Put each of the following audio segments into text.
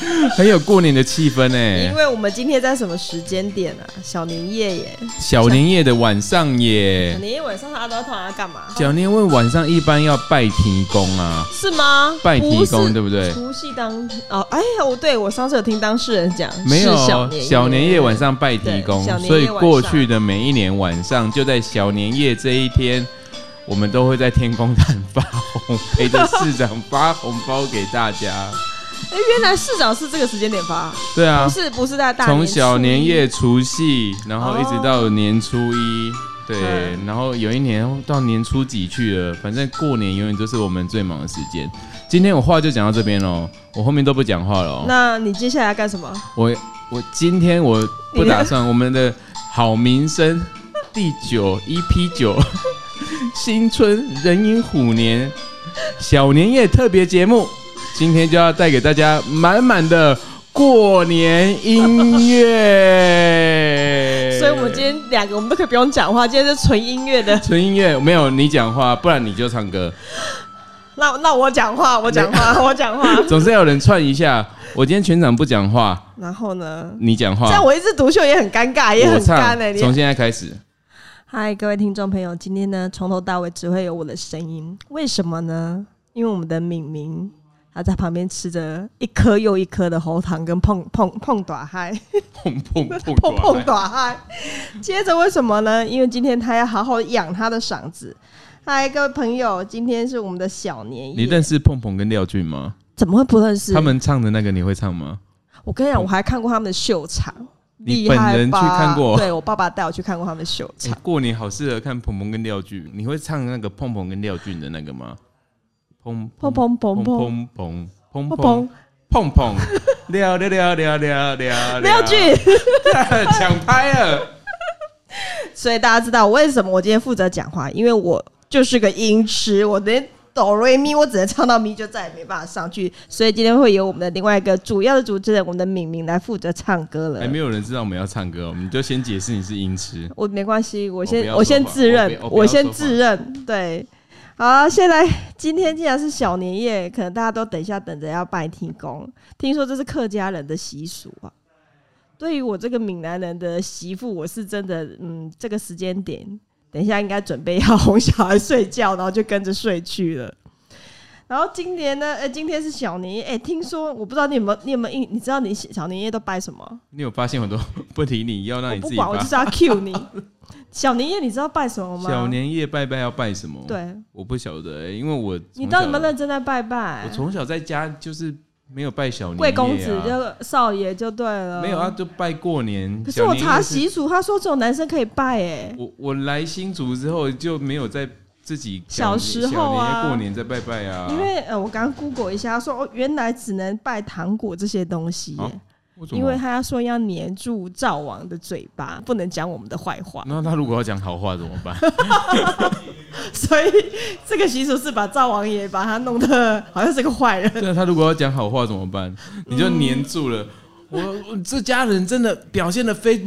很有过年的气氛欸。 因为我们今天在什么时间点啊？小年夜耶！ 小年夜的晚上耶。 小年夜晚上大家都通常要干嘛？ 小年夜晚上一般要拜天公啊， 是吗？ 拜天公对不对？ 除夕当对我上次有听当事人讲， 没有小年夜晚上拜天公，所以过去的每一年晚上就在小年夜这一天。我们都会在天公坛发红，陪着市长发红包给大家。 原来市长是这个时间点发？对啊， 不是在大年初一， 从小年夜除夕，然后一直到年初一，对，然后有一年到年初几去了，反正过年永远都是我们最忙的时间。今天我话就讲到这边咯，我后面都不讲话了。 那你接下来要干什么？ 我今天我不打算我们的好名声第9 EP9。新春壬寅虎年小年夜特别节目，今天就要带给大家满满的过年音乐。 所以我们今天2个我们都可以不用讲话，今天是纯音乐的。 纯音乐，没有你讲话，不然你就唱歌。 那我讲话，我讲话， 总是要有人串一下。我今天全场不讲话， 然后呢， 你讲话， 这样我一枝独秀也很尴尬，也很干欸。 从现在开始。 嗨，各位听众朋友，今天呢，从头到尾只会有我的声音，为什么呢？因为我们的敏明他在旁边吃着一颗又一颗的喉糖跟碰大海，碰大海。接着为什么呢？因为今天他要好好养他的嗓子。嗨，各位朋友，今天是我们的小年夜。 你认识碰碰跟廖俊吗？ 怎么会不认识？ 他们唱的那个你会唱吗？ 我跟你讲，我还看过他们的秀场。 你本人去看过？ 对，我爸爸带我去看过他们的秀场。 过年好适合看鹏鹏跟廖俊，你会唱那个鹏鹏跟廖俊的那个吗？砰砰砰砰砰砰砰砰砰砰，廖俊抢拍了。 所以大家知道为什么我今天负责讲话，因为我就是个音痴，我连哆瑞咪我只能唱到咪，就再也没办法上去，所以今天会由我们的另外一个主要的主持人，我们的敏明来负责唱歌了。 还没有人知道我们要唱歌，我们就先解释你是音痴。 我没关系，我先自认，我先自认。对，好，先来，今天既然是小年夜，可能大家都等着要拜天公，听说这是客家人的习俗啊。对于我这个闽南人的媳妇，我是真的，这个时间点。等一下应该准备要哄小孩睡觉，然后就跟着睡去了。然后今年呢，今天是小年夜，听说我不知道你有没有你知道你小年夜都拜什么？ 你有发现我都不提你，要让你自己我不管，我就是要 cue 你。小年夜你知道拜什么吗？ 小年夜拜要拜什么？ 对， 我不晓得因为你到底有没有认真在拜拜？ 我从小在家就是没有拜小年夜贵公子就少爷就对了， 没有啊，就拜过年。 可是我查习俗，他说只有男生可以拜我来新竹之后就没有在自己小时候啊小年夜过年在拜拜啊。 因为我刚刚 Google 一下，他说原来只能拜糖果这些东西因为他说要黏住灶王的嘴巴，不能讲我们的坏话。 那他如果要讲好话怎么办？ 所以这个习俗是把灶王爷把他弄得好像是个坏人。 对，他如果要讲好话怎么办？你就黏住了。我这家人真的表现得非，就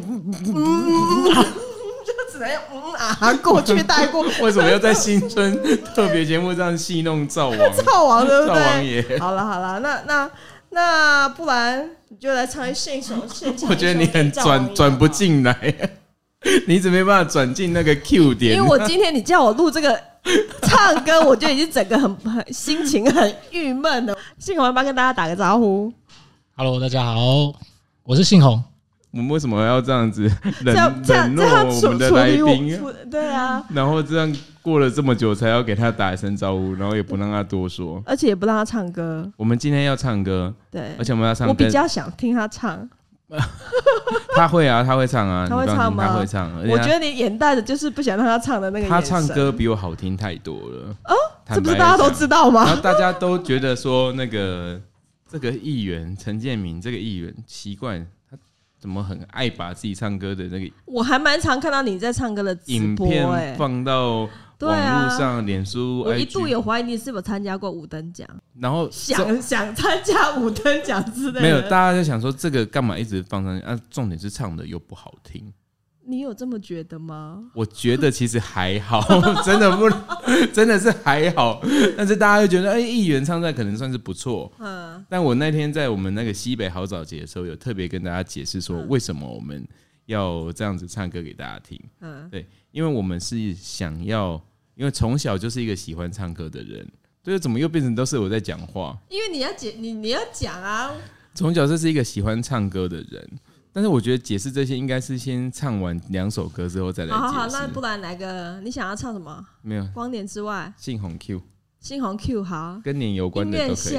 只能用过去带过。 为什么要在新春特别节目上戏弄灶王？ 灶王对不对？ 灶王爷。 好了，那不然你就来唱一首。 我觉得你很转不进来，你一直没办法转进那个 Q 点。 因为我今天你叫我录这个唱歌，我就已经整个很心情很郁闷了。信宏要不要跟大家打个招呼 ？Hello， 大家好，我是信宏。 我们为什么要这样子冷落我们的来宾？ 对啊， 然后这样过了这么久才要给他打一声招呼，然后也不让他多说， 而且也不让他唱歌。 我们今天要唱歌， 对， 而且我们要唱。 我比较想听他唱。 他会啊，他会唱啊， 他会唱吗？ 他会唱。 我觉得你眼带的就是不想让他唱的那个眼神。 他唱歌比我好听太多了这不是大家都知道吗？ 然后大家都觉得说这个议员陈建明这个议员奇怪，他怎么很爱把自己唱歌的那个？ 我还蛮常看到你在唱歌的影片放到网络上，脸书。 我一度有怀疑你是否参加过五等奖， 然后想参加五等奖之类的。 没有，大家就想说这个干嘛一直放上去啊？重点是唱的又不好听。 你有这么觉得吗？ 我觉得其实还好，真的是还好。但是大家会觉得，议员唱出来可能算是不错。但我那天在我们那个西北好早节的时候，有特别跟大家解释说，为什么我们要这样子唱歌给大家听。对，因为我们是想要，因为从小就是一个喜欢唱歌的人。对，怎么又变成都是我在讲话？ 因为你要讲啊。 从小就是一个喜欢唱歌的人。但是我觉得解释这些应该是先唱完2首歌之后再来解释。 好，那不然来个，你想要唱什么？ 没有， 光年之外， 信鸿 Q， 信鸿 Q 好， 跟年有关的都可以。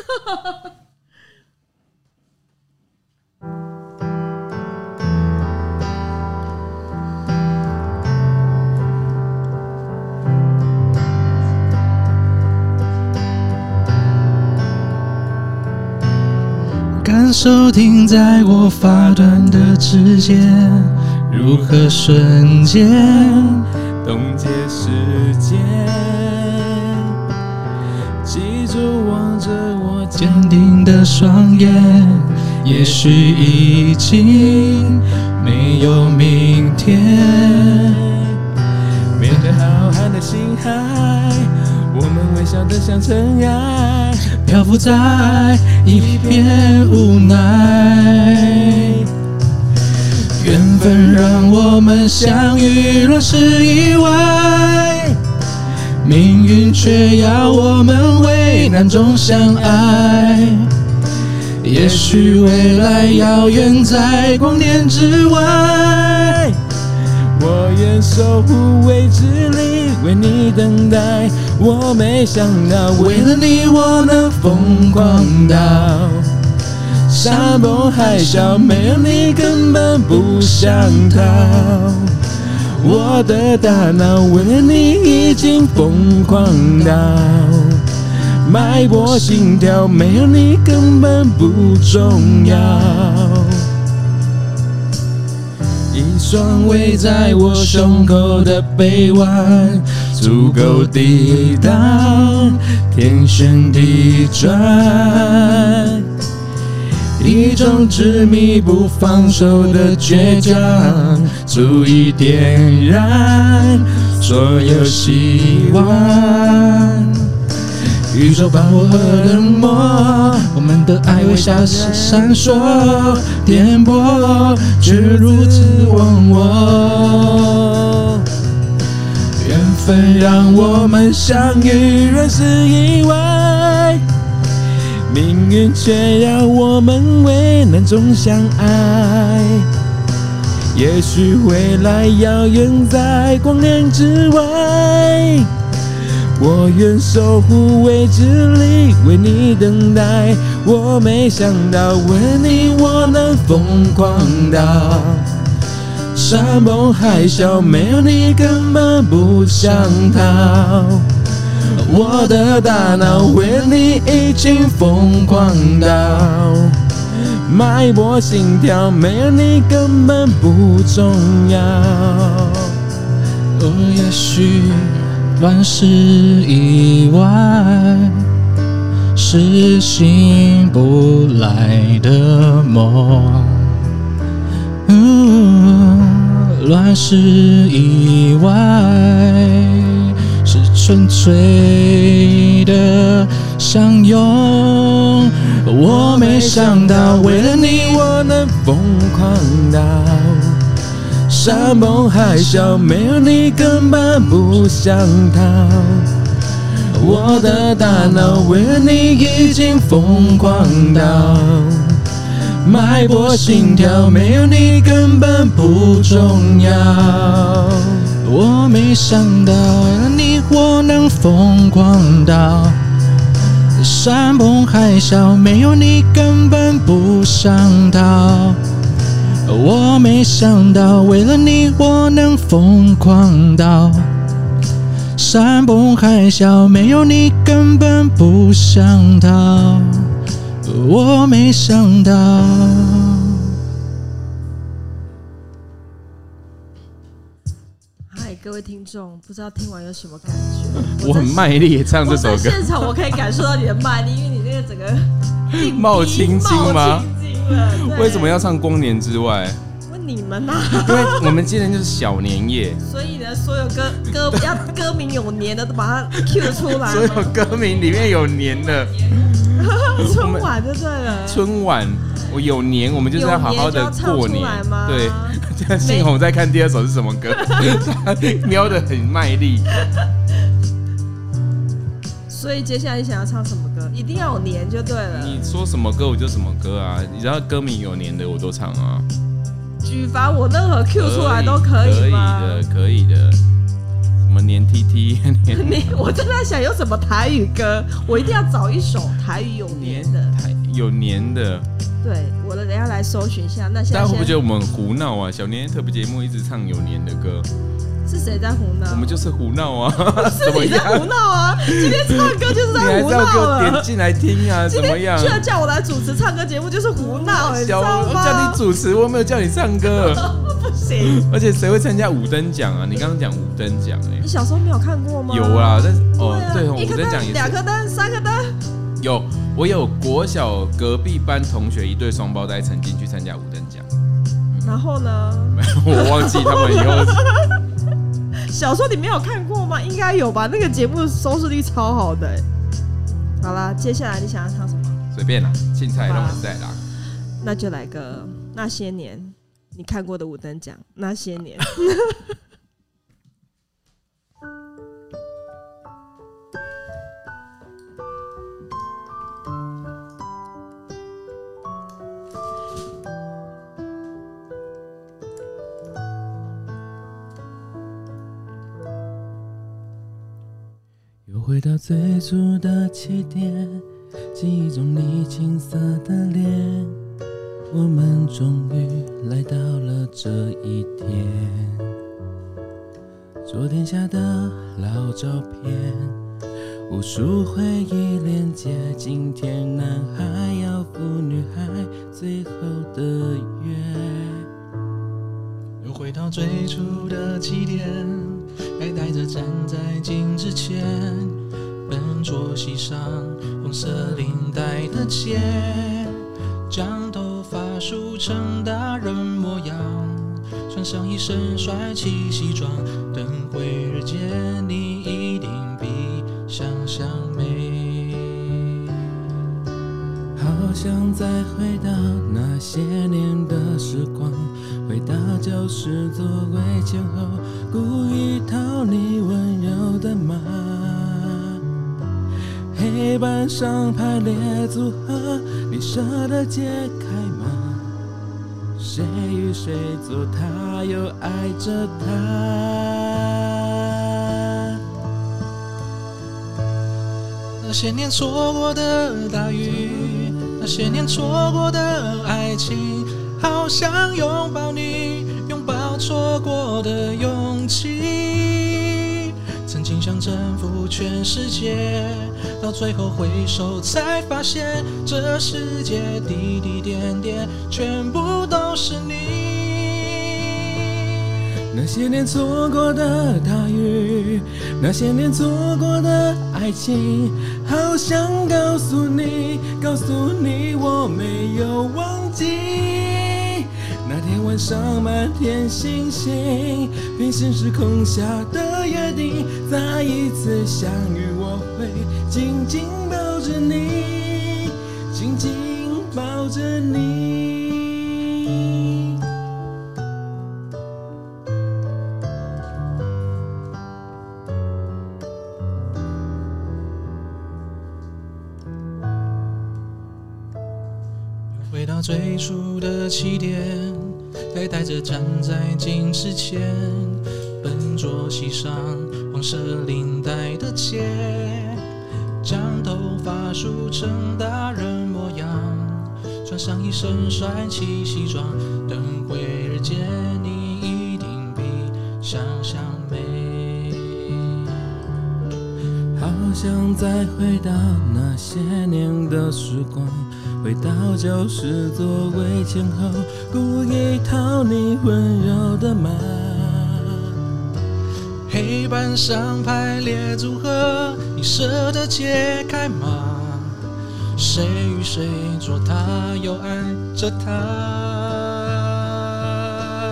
感受停在我发端的指尖，如何瞬间冻结时间？记住望着我坚定的双眼，也许已经没有明天。 面对浩瀚的星海，我们微笑得像尘埃， 漂浮在一片无奈。缘分让我们相遇，若是意外，命运却要我们危难中相爱。也许未来遥远在光年之外， 我愿守护未知里，为你等待。我没想到， 为了你我能疯狂到山崩海啸，没有你根本不想逃。我的大脑为了你已经疯狂到脉搏心跳，没有你根本不重要。一双围在我胸口的臂弯，足够抵挡天旋地转。一种执迷不放手的倔强，足以点燃所有希望。宇宙把我和冷漠， 我们的爱微笑时闪烁，颠簸却如此忘我。 缘分让我们相遇，若是意外，命运却要我们危难中相爱。也许未来遥远在光年之外，我愿守护未知里，为你等待。我没想到，为你我能疯狂到山崩海啸，没有你根本不想逃。我的大脑为了你已经疯狂到脉搏心跳，没有你根本不重要。 也许乱世意外，是醒不来的梦。乱世意外，是纯粹的相拥。我没想到，为了你我能疯狂到山崩海啸，没有你根本不想逃。我的大脑为了你已经疯狂到脉搏心跳，没有你根本不重要。 我没想到，为了你我能疯狂到山崩海啸，没有你根本不想逃。我没想到，为了你我能疯狂到山崩海啸，没有你根本不想逃。我没想到。 嗨，各位听众，不知道听完有什么感觉？ 我很卖力唱这首歌， 我在现场我可以感受到你的卖力，因为你那个整个冒青筋吗？为什么要唱光年之外？ 你们啊， 因为我们今年就是小年夜， 所以呢，所有歌名有年的都把它 Q 出来， 所有歌名里面有年的， 春晚就对了。 春晚我有年，我们就是要好好的过年。对，这样信宏在看第二首是什么歌，他瞄得很卖力。 所以接下来你想要唱什么歌？一定要有年就对了。 你说什么歌我就什么歌啊，只要歌名有年的我都唱啊。 举凡我任何 Q 出来都可以吗？ 可以的。什么年 TT 我正在想有什么台语歌，我一定要找一首台语有年的。 有年的。 对，我等一下来搜寻一下。那现在大家会不会觉得我们胡闹啊？小年夜特别节目一直唱有年的歌。 是谁在胡闹？ 我们就是胡闹啊！ 是你在胡闹啊！今天唱歌就是在胡闹了。你还是要给我点进来听啊？怎么样？ 居然叫我来主持唱歌节目就是胡闹，你知道吗？ 我叫你主持，我没有叫你唱歌。 不行！ 而且谁会参加五灯奖啊？你刚刚讲五灯奖你小时候没有看过吗？ 有啊，但是对， 五灯奖也是2颗灯、3颗灯。 有，我有国小隔壁班同学一对双胞胎曾经去参加五灯奖。 然后呢？ 我忘记他们以后。 小时候你没有看过吗？应该有吧，那个节目收视率超好的。好啦，接下来你想要唱什么？ 随便啦，青菜让我们再啦。 那就来个那些年你看过的五灯奖，那些年。 又回到最初的起点，记忆中你青涩的脸，我们终于来到了这一天。昨天下的老照片，无数回忆连接，今天男孩要赴女孩最后的约。又回到最初的起点，还带着站在镜子前，笨拙系上红色领带的结，将头发梳成大人模样，穿上一身帅气西装，等会儿见你一定比想象美。好想再回到那些年的时光，回到教室座位前后，故意讨你温柔的骂。黑板上排列组合，你舍得解开吗？谁与谁做他，又爱着他。那些年错过的大雨，那些年错过的爱情，好想拥抱你，拥抱错过的勇气。曾经想征服全世界，到最后回首才发现，这世界滴滴点点全部都是你。那些年错过的大雨，那些年错过的爱情，好想告诉你，告诉你我没有忘记。那天晚上满天星星，平行时空下的约定，再一次相遇我会紧紧抱着你，紧紧抱着你。回到最初的起点，还带着站在镜子前，笨拙系上黄色领带的结，将头发梳成大人模样，穿上一身帅气西装，等会儿见你一定比想象美。好想再回到那些年的时光，回到教室座位前后，故意讨你温柔的骂。黑板上排列组合，你舍得解开吗？谁与谁做他，又爱着他。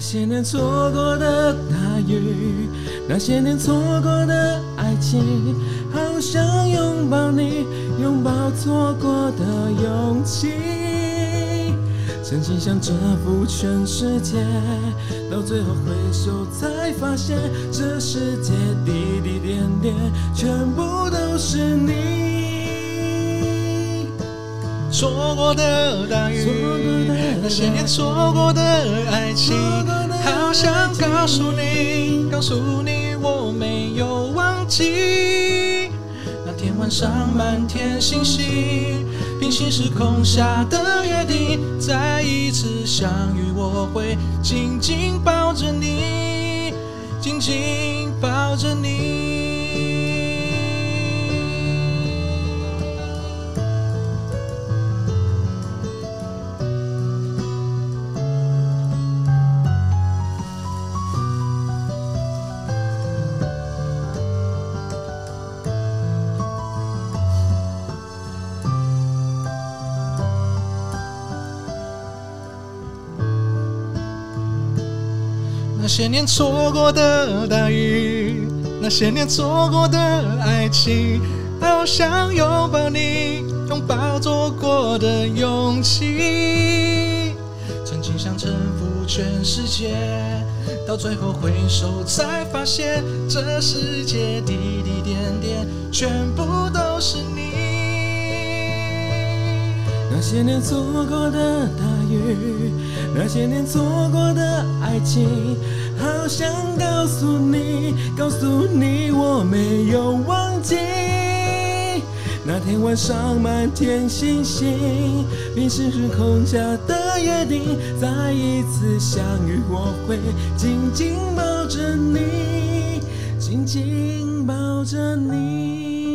些年错过的大雨，那些年错过的爱情，好想拥抱你，拥抱错过的勇气。曾经想征服全世界，到最后回首才发现，这世界滴滴点点全部都是你。错过的大雨，那些年错过的爱情，好想告诉你，告诉你我没有忘记。那天晚上满天星星，平行时空下的约定，再一次相遇我会紧紧抱着你，紧紧抱着你。那些年错过的大雨，那些年错过的爱情，好想拥抱你，拥抱错过的勇气。曾经想征服全世界，到最后回首才发现，这世界滴滴点点全部都是你。那些年错过的大雨，那些年错过的爱情，好想告诉你，告诉你我没有忘记。那天晚上满天星星，平行时空下的约定，再一次相遇我会紧紧抱着你，紧紧抱着你。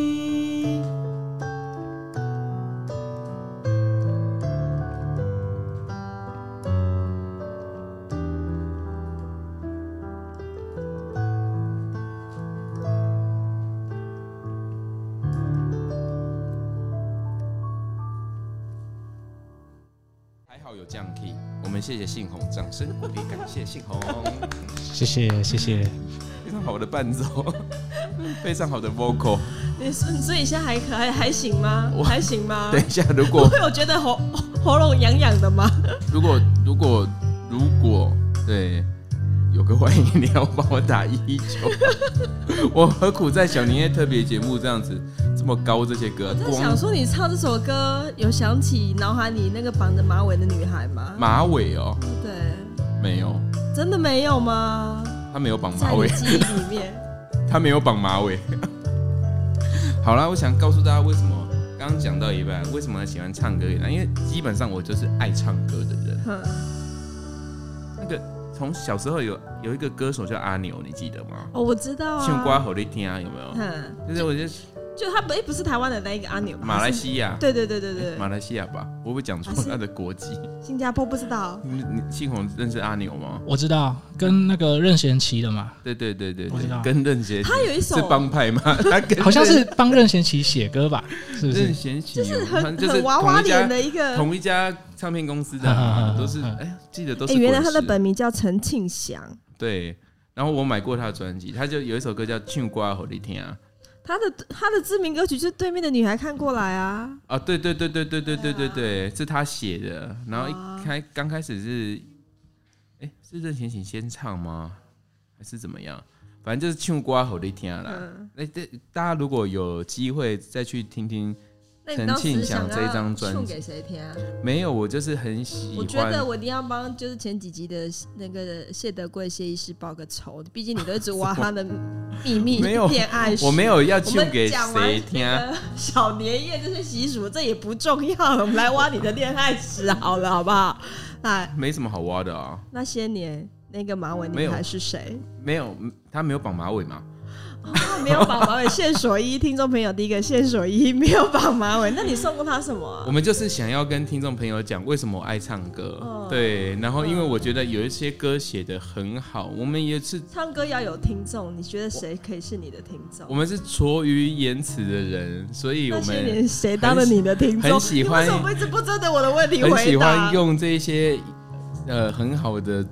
有降 key， 我们谢谢信宏，掌声鼓励，感谢信宏， 谢谢谢谢， 非常好的伴奏，非常好的 vocal。 所以现在还行吗？还行吗？ 等一下，如果会有觉得喉咙痒痒的吗？ 如果对，有个欢迎你要帮我打119，我何苦在小年夜特别节目这样子这么高这些歌？ 我在想说，你唱这首歌有想起脑海里那个绑着马尾的女孩吗？ 马尾哦， 对， 没有， 真的没有吗？ 他没有绑马尾， 在你记忆里面， 他没有绑马尾。好啦，我想告诉大家为什么刚刚讲到一半，为什么喜欢唱歌呢？因为基本上我就是爱唱歌的人。那个从小时候有一个歌手叫阿牛，你记得吗？ 哦，我知道啊。 唱歌好听啊，有没有？就是我觉得。 就他不是台湾的那一个阿牛， 马来西亚， 对， 马来西亚吧，我会讲错他的国籍。 新加坡不知道。 你信宏认识阿牛吗？ 我知道，跟那个任贤齐的嘛。 对， 我知道。 跟任贤齐， 他有一首是帮派吗？ 好像是帮任贤齐写歌吧？是不是？ 任贤齐就是很娃娃脸的一个， 同一家唱片公司的，都是记得都是。 原来他的本名叫陈庆祥。 对，然后我买过他的专辑，他就有一首歌叫《唱歌给你听》。 他的知名歌曲就是《对面的女孩看过来》啊！ 啊，对，是他写的。然后刚开始是，是任贤齐先唱吗？还是怎么样？反正就是唱歌给你听啦。大家如果有机会再去听听陈庆祥这一张专辑， 送给谁听啊？ 没有，我就是很喜欢。 我觉得我一定要帮，就是前几集的那个谢德贵谢医师报个仇，毕竟你都一直挖他的秘密恋爱史。 我没有要唱给谁听。 小年夜这些习俗，这也不重要了，我们来挖你的恋爱史好了，好不好？来， 没什么好挖的啊。 那些年那个马尾女孩是谁？ 没有，他没有绑马尾嘛。 没有绑马尾，线索一，听众朋友第一个线索一，没有绑马尾。那你送过他什么我们就是想要跟听众朋友讲为什么我爱唱歌，对，然后因为我觉得有一些歌写得很好，我们也是唱歌要有听众，你觉得谁可以是你的听众？ 我们是拙于言辞的人，所以我们那些年谁当了你的听众？ 很喜欢， 你为什么一直不针对我的问题回答？ 很喜欢用这些很好的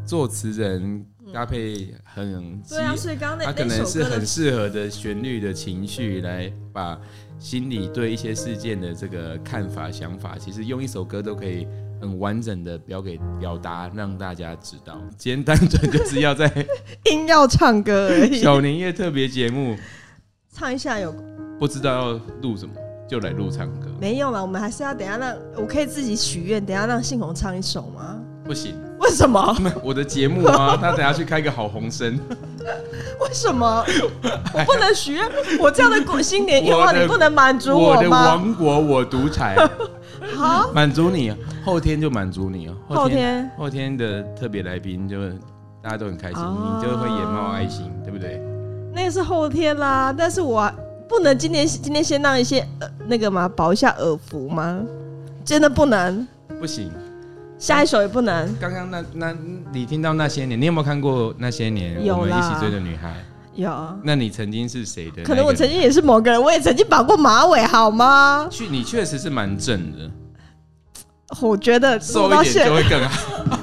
作词人搭配很对啊，所以刚刚他可能是很适合的旋律的情绪，来把心里对一些事件的这个看法、想法，其实用一首歌都可以很完整的表达，让大家知道。今天单纯就是要在硬要唱歌而已。 小年夜特别节目唱一下有不知道要录什么，就来录唱歌。 没用了，我们还是要等一下我可以自己许愿，等一下让信宏唱一首吗？ 不行， 为什么？ 我的节目啊，他等一下去开个好红声。 为什么？我不能许愿，我这样的新年愿望你不能满足我吗？ 我的王国我独裁。 好， 满足你，后天就满足你哦。后天的特别来宾就大家都很开心，你就会眼冒爱心，对不对？ 那个是后天啦，但是我不能今天先让一些那个嘛保一下耳福吗？真的不能， 不行。 下一首也不能。 刚刚那你听到那些年，你有没有看过那些年我们一起追的女孩？ 有。 那你曾经是谁的？ 可能我曾经也是某个人，我也曾经绑过马尾，好吗？ 你确实是蛮正的。 我觉得瘦一点就会更好。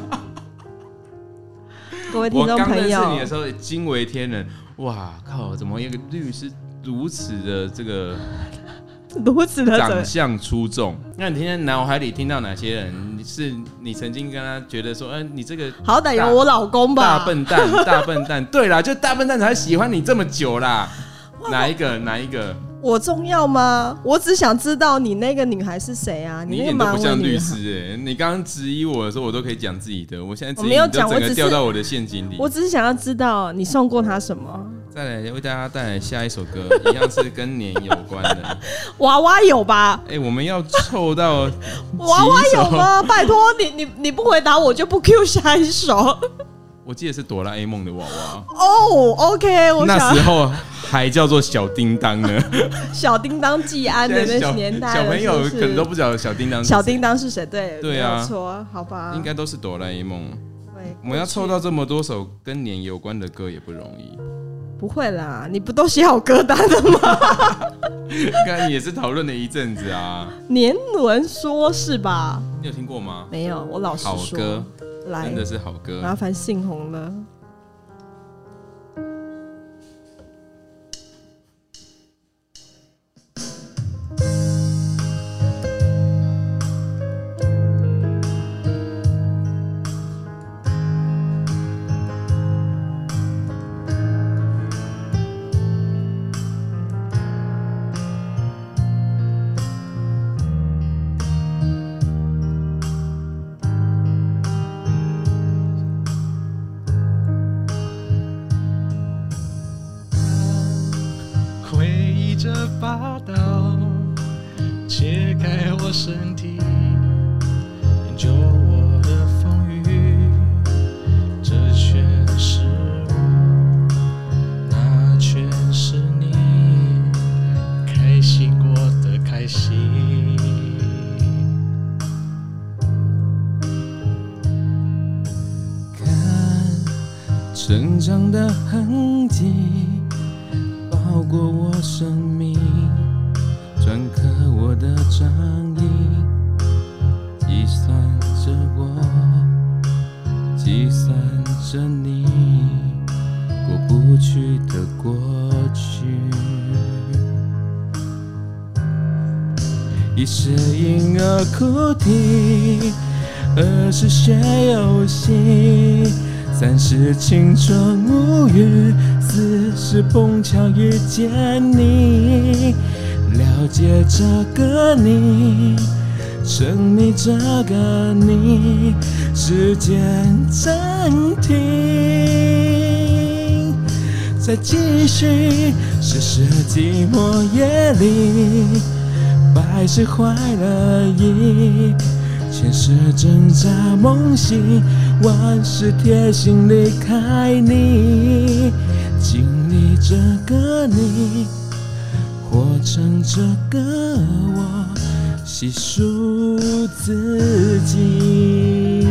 各位听众朋友，我刚认识你的时候惊为天人，哇靠！怎么一个律师如此的这个？ 如此的长相出众，那你今天脑海里听到哪些人是你曾经跟他觉得说，你这个好歹有我老公吧？ 大笨蛋，大笨蛋，对啦，就大笨蛋才喜欢你这么久啦。哪一个？我重要吗？我只想知道你那个女孩是谁啊？ 你一点都不像律师你刚刚质疑我的时候，我都可以讲自己的。我现在质疑你都整个掉到我的陷阱里。 我只是想要知道你送过他什么。 再来为大家带来下一首歌，一样是跟年有关的。 娃娃有吧？ 我们要凑到娃娃有吗？拜托你不回答我就不 Q 下一首。 我记得是哆啦 A 梦的娃娃。 哦 ，OK， 我那时候还叫做小叮当呢。 小叮当季安的那些年代， 小朋友可能都不晓得小叮当。 小叮当是谁？对啊， 没错，好吧， 应该都是哆啦 A 梦。我们要凑到这么多首跟年有关的歌也不容易。 不会啦，你不都写好歌单的吗？ 刚才也是讨论了一阵子啊。 年轮说是吧？ 你有听过吗？ 没有，我老实说。 好歌， 来， 真的是好歌。 麻烦信宏了。 拔刀切开我身体，研究我的风雨，这全是我，那全是你，开心过的开心。 看成长的痕迹包裹我生命，篆刻我的仗义，计算着我，计算着你过不去的过去。一是婴儿哭啼，2是学游戏，3是青春无语，4是碰巧遇见你，了解这个你，沉迷这个你，时间暂停，再继续。是寂寞夜里，百事坏了意，前世挣扎梦醒，万事贴心离开你，经历这个你，活成这个我，细数自己。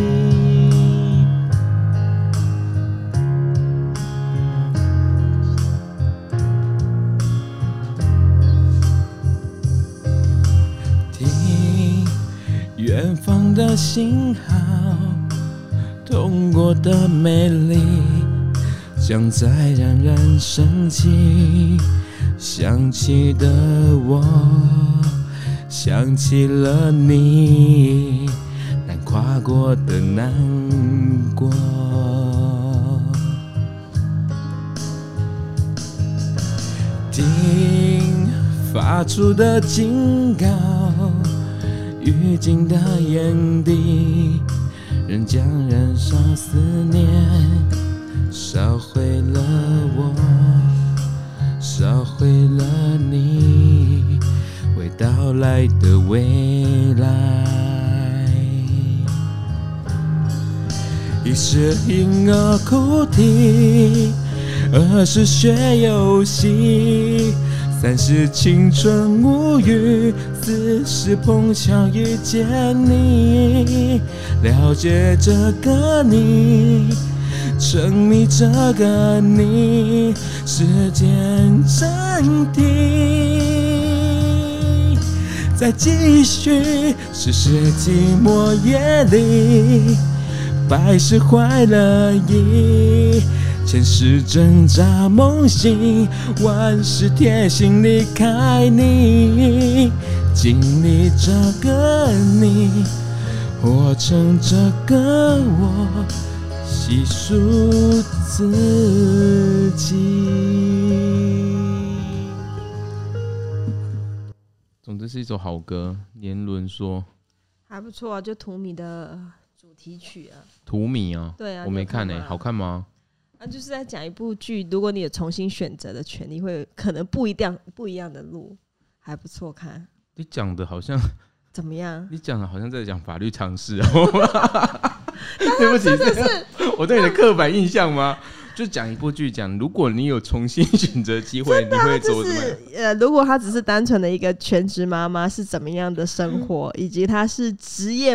听远方的信号， 痛过的美丽，像在冉冉升起。想起的我，想起了你，难跨过的难过。听发出的警告，预警的眼底，仍将燃烧思念，烧毁了我，烧毁了你，未到来的未来。一是婴儿哭啼，二是学游戏，三是青春无语，四是碰巧遇见你，了解这个你，沉迷这个你，时间暂停，再继续，世事寂寞夜里，百事坏了意，前世挣扎梦醒，万事贴心离开你，经历这个你，活成这个我，细数自己。总之是一首好歌，年轮说还不错啊，就荼蘼的主题曲啊。 荼蘼啊？ 对啊， 我没看好看吗？ 就是在讲一部剧，如果你有重新选择的权利，会可能不一样的路，还不错看。 你讲的好像怎么样？ 你讲的好像在讲法律常识哦。对不起，这是我对你的刻板印象吗？就讲一部剧，讲如果你有重新选择机会，你会做什么？ 如果她只是单纯的一个全职妈妈，是怎么样的生活，以及她是职业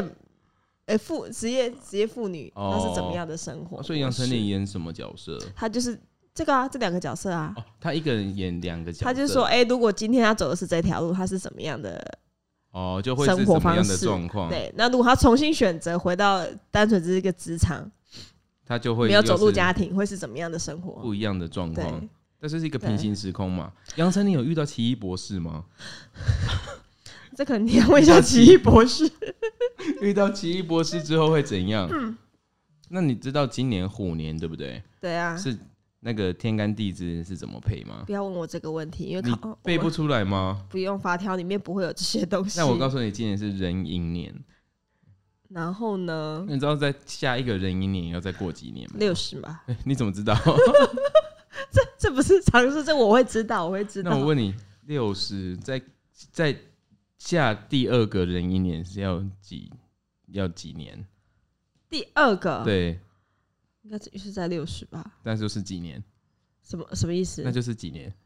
妇女，她是怎么样的生活？ 所以杨丞琳演什么角色？ 她就是这个啊，这两个角色啊。 她一个人演两个角色。 她就是说，如果今天她走的是这条路，她是怎么样的？ 就会是什么样的状况？ 对，那如果他重新选择回到单纯只是一个职场， 他就会没有走入家庭，会是怎么样的生活？ 不一样的状况。但是一个平行时空嘛。杨丞琳有遇到奇异博士吗？ 这可能你要问一下奇异博士。 遇到奇异博士之后会怎样？那你知道今年虎年对不对？ 对啊。 是那个天干地支是怎么配吗？ 不要问我这个问题，因为你背不出来吗？ 不用，法条里面不会有这些东西。 那我告诉你，今年是壬寅年。 然后呢？ 你知道在下一个壬寅年要再过几年吗 ？60吧。 你怎么知道？ 这不是常识，这我会知道，我会知道。 那我问你，60在下第二个壬寅年是要几年？ 第二个？ 对。 应该是在60吧， 但就是几年？ 什么意思？ 那就是几年？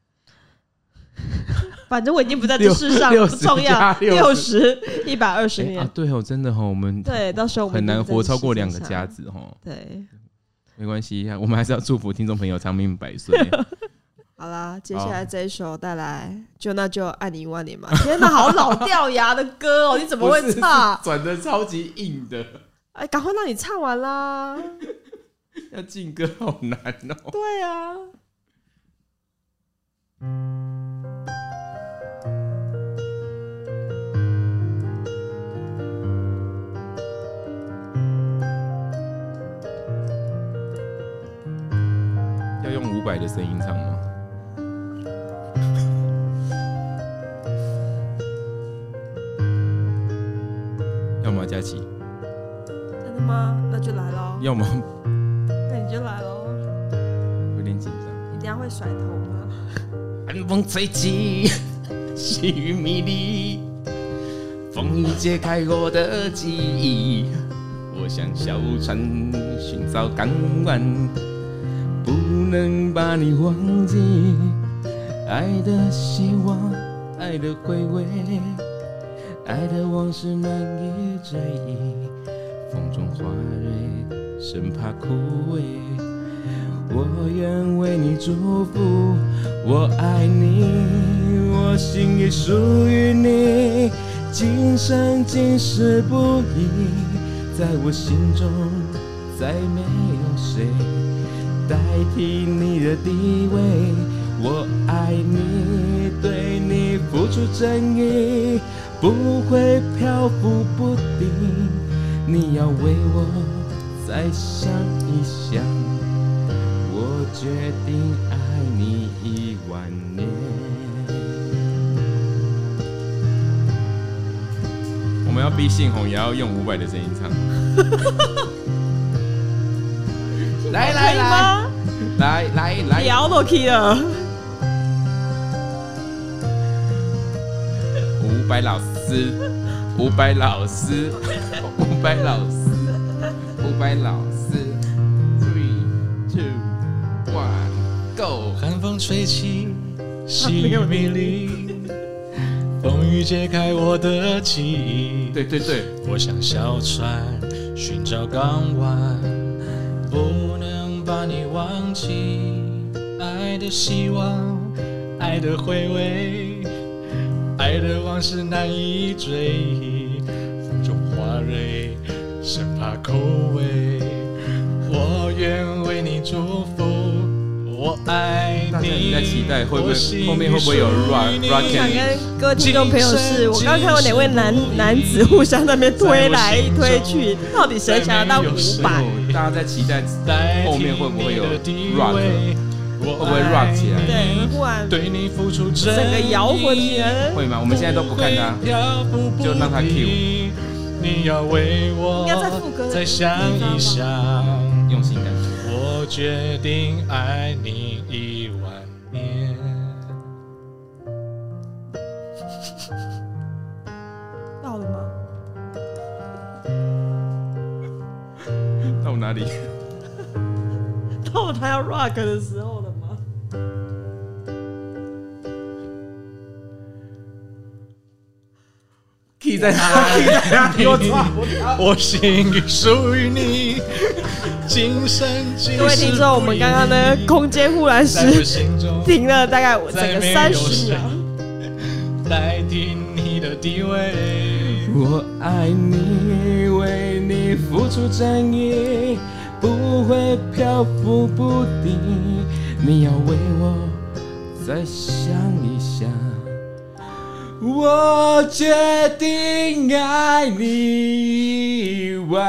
反正我已经不在这世上了，不重要。60、120年对哦，真的哦，我们对，到时候我们很难活超过2个甲子哦。 对， 没关系，我们还是要祝福听众朋友长命百岁。 好啦，接下来这一首带来就爱你1万年嘛。天哪，好老掉牙的歌哦，你怎么会唱？ 转的超级硬的。 赶快让你唱完啦！ 要进歌好难哦。 对啊。 要用500的声音唱吗？要吗，佳琪？ 真的吗？那就来咯。 要吗？ 那你就来咯。 有点紧张。 你等一下会甩头吗？ 寒风吹起，细雨迷离，风雨揭开我的记忆。我像小船寻找港湾，不能把你忘记。爱的希望，爱的回味，爱的往事难以追忆。风中花蕊，生怕枯萎。我愿为你祝福，我爱你，我心已属于你，今生今世不移，在我心中再没有谁代替你的地位。我爱你，对你付出真意，不会漂浮不定。你要为我再想一想，我决定爱你10000年。我们要逼信宏也要用伍佰的声音唱。来来来，来来来， 摇都可以了。 伍佰老师，伍佰老师，伍佰老师，伍佰老师 ，3、2、1 ，Go！ 寒风吹起，细雨迷离，风雨揭开我的记忆。 对对对， 我像小船寻找港湾，不能把你忘记。爱的希望，爱的回味，爱的往事难以追忆。风中花蕊，生怕口味。我愿为你祝福，我爱你。 大家你在期待会不会后面会不会有 rock？ 想跟各位听众朋友是，我刚看过两位男子互相在那边推来推去，到底谁想要到500？ 大家在期待后面会不会有 rock？ 会不会 rock 起来？ 对，忽然对你付出整个摇滚起来， 会吗？我们现在都不看他，就让他 Q。 你要为我应该在副歌再想一想， 用心感觉。 我决定爱你10000年。 到了吗？ 到哪里？ 到了他要 rock 的时候了吗？ key 在哪里？ 我心已属于你，今生今世。 各位听众，我们刚刚的空间忽然是停了大概整个30秒。 代替你的地位， 我爱你，为你付出真意，不会漂浮不定。你要为我再想一想，我决定爱你10000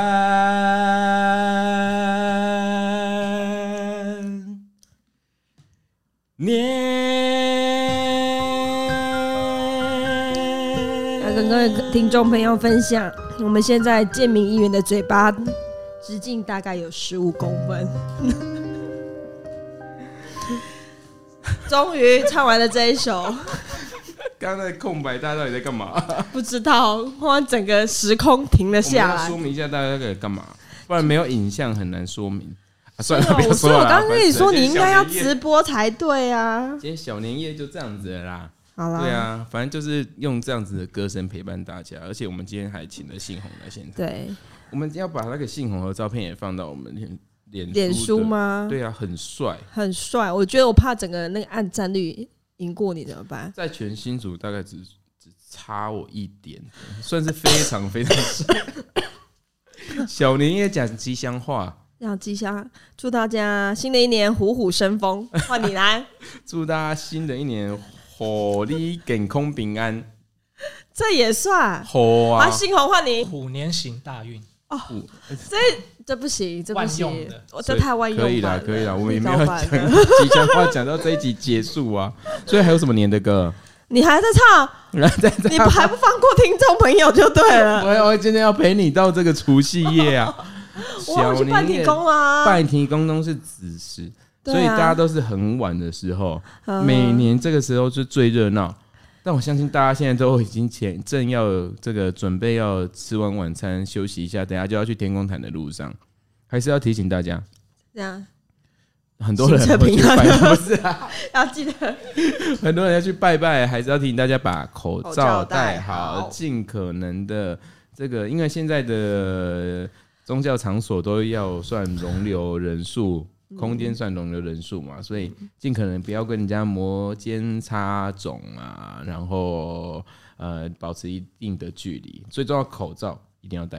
年。 要跟各位听众朋友分享，我们现在建民议员的嘴巴直径大概有15公分。终于唱完了这一首。 刚刚的空白，大家到底在干嘛？ 不知道，忽然整个时空停了下来。 我们要说明一下大家在干嘛，不然没有影像很难说明。算了，不要说了。 所以我刚刚跟你说，你应该要直播才对啊。 今天小年夜就这样子了啦。 好啦， 对啊，反正就是用这样子的歌声陪伴大家，而且我们今天还请了信宏来现场。 对， 我们要把那个信宏的照片也放到我们脸书吗？ 对啊，很帅， 很帅。我觉得我怕整个那个按赞率赢过你怎么办？ 在全新组大概只差我1点，算是非常非常帅。小年夜讲吉祥话， 要吉祥，祝大家新的一年虎虎生风。换你来， 祝大家新的一年虎力健康平安。 这也算好啊！ 信宏换你， 虎年行大运哦。这不行，这不行，这太万用了。 可以啦，可以啦，我们也没有讲吉祥话，讲到这一集结束啊。所以还有什么年的歌？ 你还在唱？你还不放过听众朋友就对了。 我今天要陪你到这个除夕夜啊！ 我要去拜天公啦。 拜天公都是子时，所以大家都是很晚的时候，每年这个时候是最热闹。但我相信大家现在都已经正要这个准备要吃完晚餐休息一下，等一下就要去天公坛的路上，还是要提醒大家， 这样很多人会去拜，不是啊？ 要记得， 很多人要去拜拜，还是要提醒大家把口罩戴好，尽可能的这个，因为现在的宗教场所都要算容留人数。空间算容留人数嘛，所以尽可能不要跟人家摩肩擦踵啊，然后保持一定的距离，最重要口罩一定要戴好。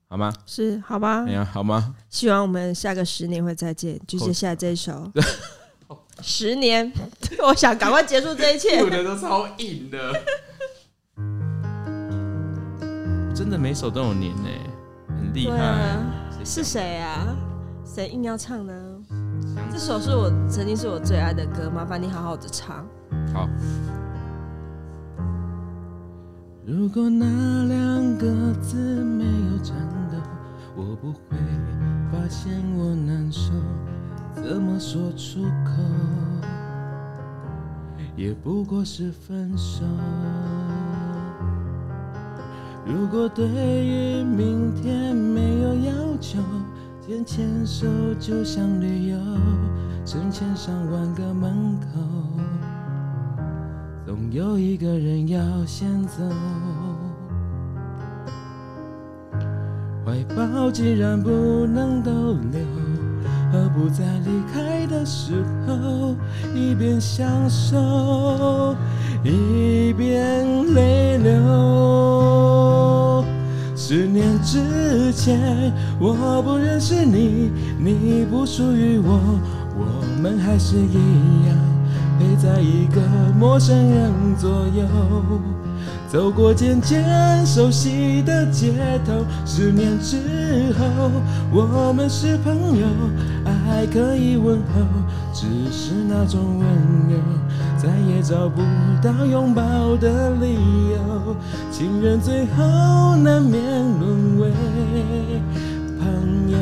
好吗？ 是，好吧。 哎呀，好吗？ 希望我们下个10年会再见。就接下来这一首，10年，我想赶快结束这一切。 有的都超硬的，真的每首都有年很厉害。 是谁啊？谁硬要唱呢？这首是曾经是我最爱的歌，麻烦你好好的唱。 好。 如果那2个字没有颤抖，我不会发现我难受，怎么说出口，也不过是分手。如果对于明天没有要求，牵牵手就像旅游，成千上万个门口，总有一个人要先走。怀抱既然不能逗留，何不在离开的时候一边享受一边泪流。10年之前我不认识你，你不属于我，我们还是一样陪在一个陌生人左右，走过渐渐熟悉的街头。10年之后我们是朋友，爱可以问候，只是那种温柔再也找不到拥抱的理由，情人最后难免沦为朋友。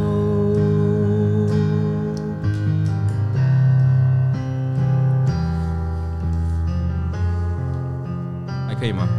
还可以吗？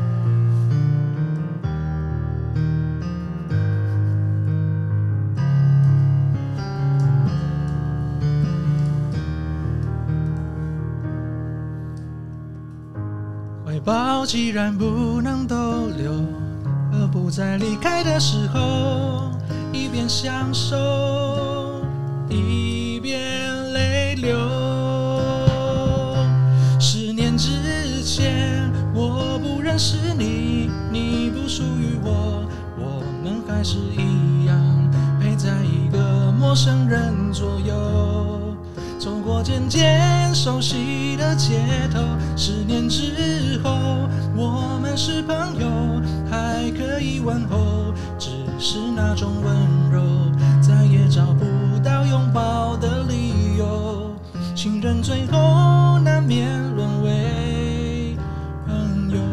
怀抱既然不能逗留，何不在离开的时候一边享受一边泪流。10年之前我不认识你，你不属于我，我们还是一样陪在一个陌生人左右，走过渐渐熟悉的街头。10年之后我们是朋友，还可以问候，只是那种温柔再也找不到拥抱的理由，情人最后难免沦为朋友。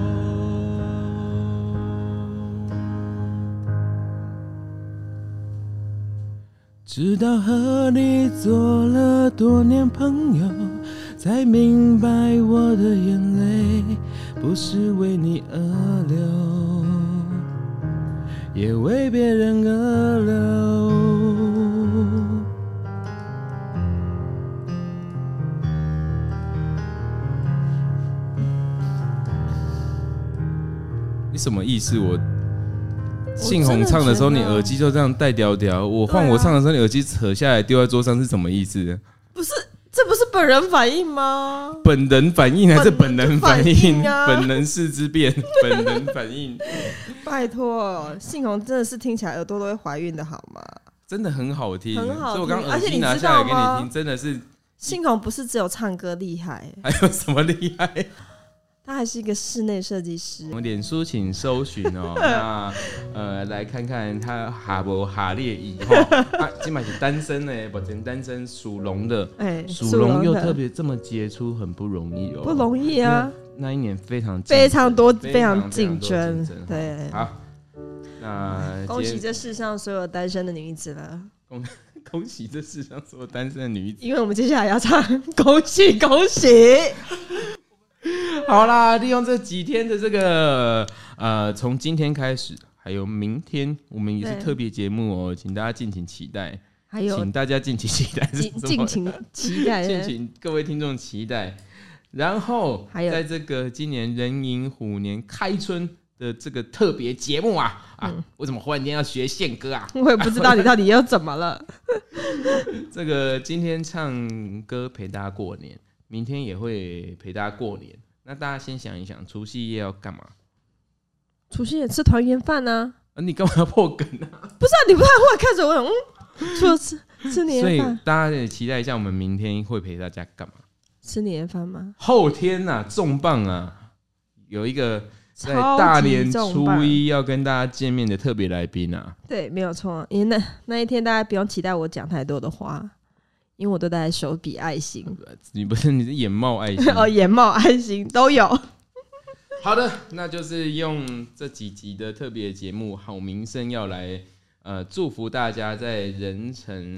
直到和你做了多年朋友，才明白我的眼泪不是为你而流，也为别人而流。 你什么意思？我信宏唱的时候，你耳机就这样带屌屌；我换我唱的时候，你耳机扯下来丢在桌上，是什么意思？ 不是，这不是本人反应吗？ 本人反应还是本能反应？ 啊、 本能四之变，本能反应。 拜托，信宏真的是听起来耳朵都会怀孕的好吗？ 真的很好听， 很好听。 所以我刚耳机拿下来给你听，真的是。 信宏不是只有唱歌厉害， 还有什么厉害？ 他还是一个室内设计师。 我们脸书请搜寻哦，那来看看他哈不哈列伊哈，今晚是单身呢，目前单身属龙的，属龙又特别这么杰出，很不容易哦， 不容易啊。 那一年非常多非常竞争，对， 好，那恭喜这世上所有单身的女子了。 恭喜这世上所有单身的女子， 因为我们接下来要唱恭喜恭喜。 好啦，利用这几天的这个从今天开始，还有明天，我们也是特别节目哦，请大家敬请期待。 还有， 请大家敬请期待， 敬请期待， 敬请各位听众期待。然后，在这个今年壬寅虎年开春的这个特别节目为什么忽然间要学宪歌啊？ 我也不知道你到底又怎么了。 这个今天唱歌陪大家过年。明天也会陪大家过年，那大家先想一想，除夕夜要干嘛？ 除夕夜吃团圆饭啊！ 你干嘛要破梗啊？ 不是啊，你不然会看着我，除了吃年夜饭， 所以大家也期待一下，我们明天会陪大家干嘛？ 吃年夜饭吗？ 后天啊，重磅啊，有一个在大年初一要跟大家见面的特别来宾啊。 对，没有错，因为那一天大家不用期待我讲太多的话，因为我都在手比爱心。 你不是，你是眼冒爱心哦，眼冒爱心都有。 好的，那就是用这几集的特别节目，好名声要来祝福大家在壬寅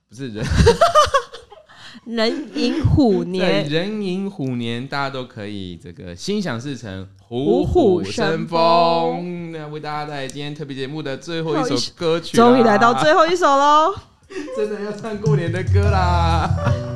虎年，壬寅虎年大家都可以这个心想事成，虎虎生风。那为大家带来今天特别节目的最后一首歌曲， 终于来到最后一首喽， 真的要唱过年的歌啦！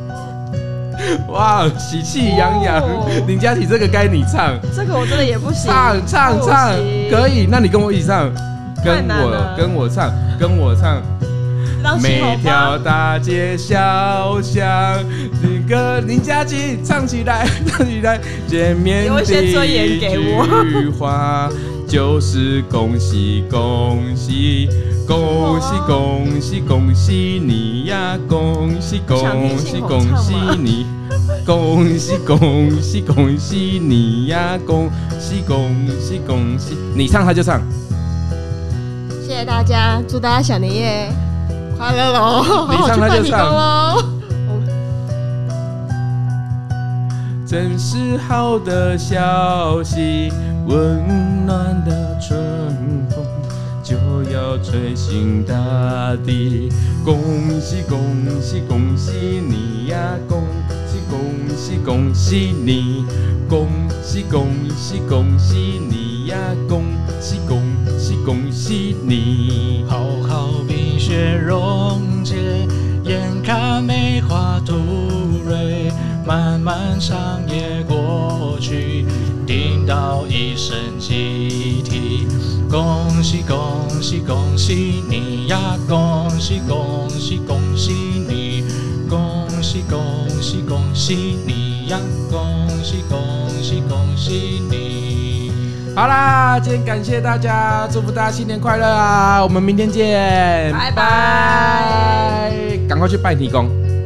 哇，喜气洋洋！林佳琪，这个该你唱， 这个我真的也不行。 唱，可以？那你跟我一起唱，跟我唱。每条大街小巷，那个林佳琪唱起来，见面第一句话就是恭喜恭喜。恭喜恭喜恭喜你呀！恭喜恭喜恭喜你！恭喜恭喜恭喜你呀！恭喜恭喜恭喜！你唱他就唱。 谢谢大家，祝大家小年夜快乐喽！ 你唱他就唱。真是好的消息，温暖的春风就要吹醒大地，恭喜恭喜恭喜你呀！恭喜恭喜恭喜你，恭喜恭喜恭喜你呀！恭喜恭喜恭喜你。 好好冰雪溶解，眼看梅花吐蕊，漫漫长夜过去，听到一声集体。恭喜恭喜恭喜你呀！恭喜恭喜恭喜你，恭喜恭喜恭喜你呀！恭喜恭喜恭喜你。 好啦，今天感谢大家，祝福大家新年快乐啊！我们明天见， 拜拜！ 赶快去拜提公。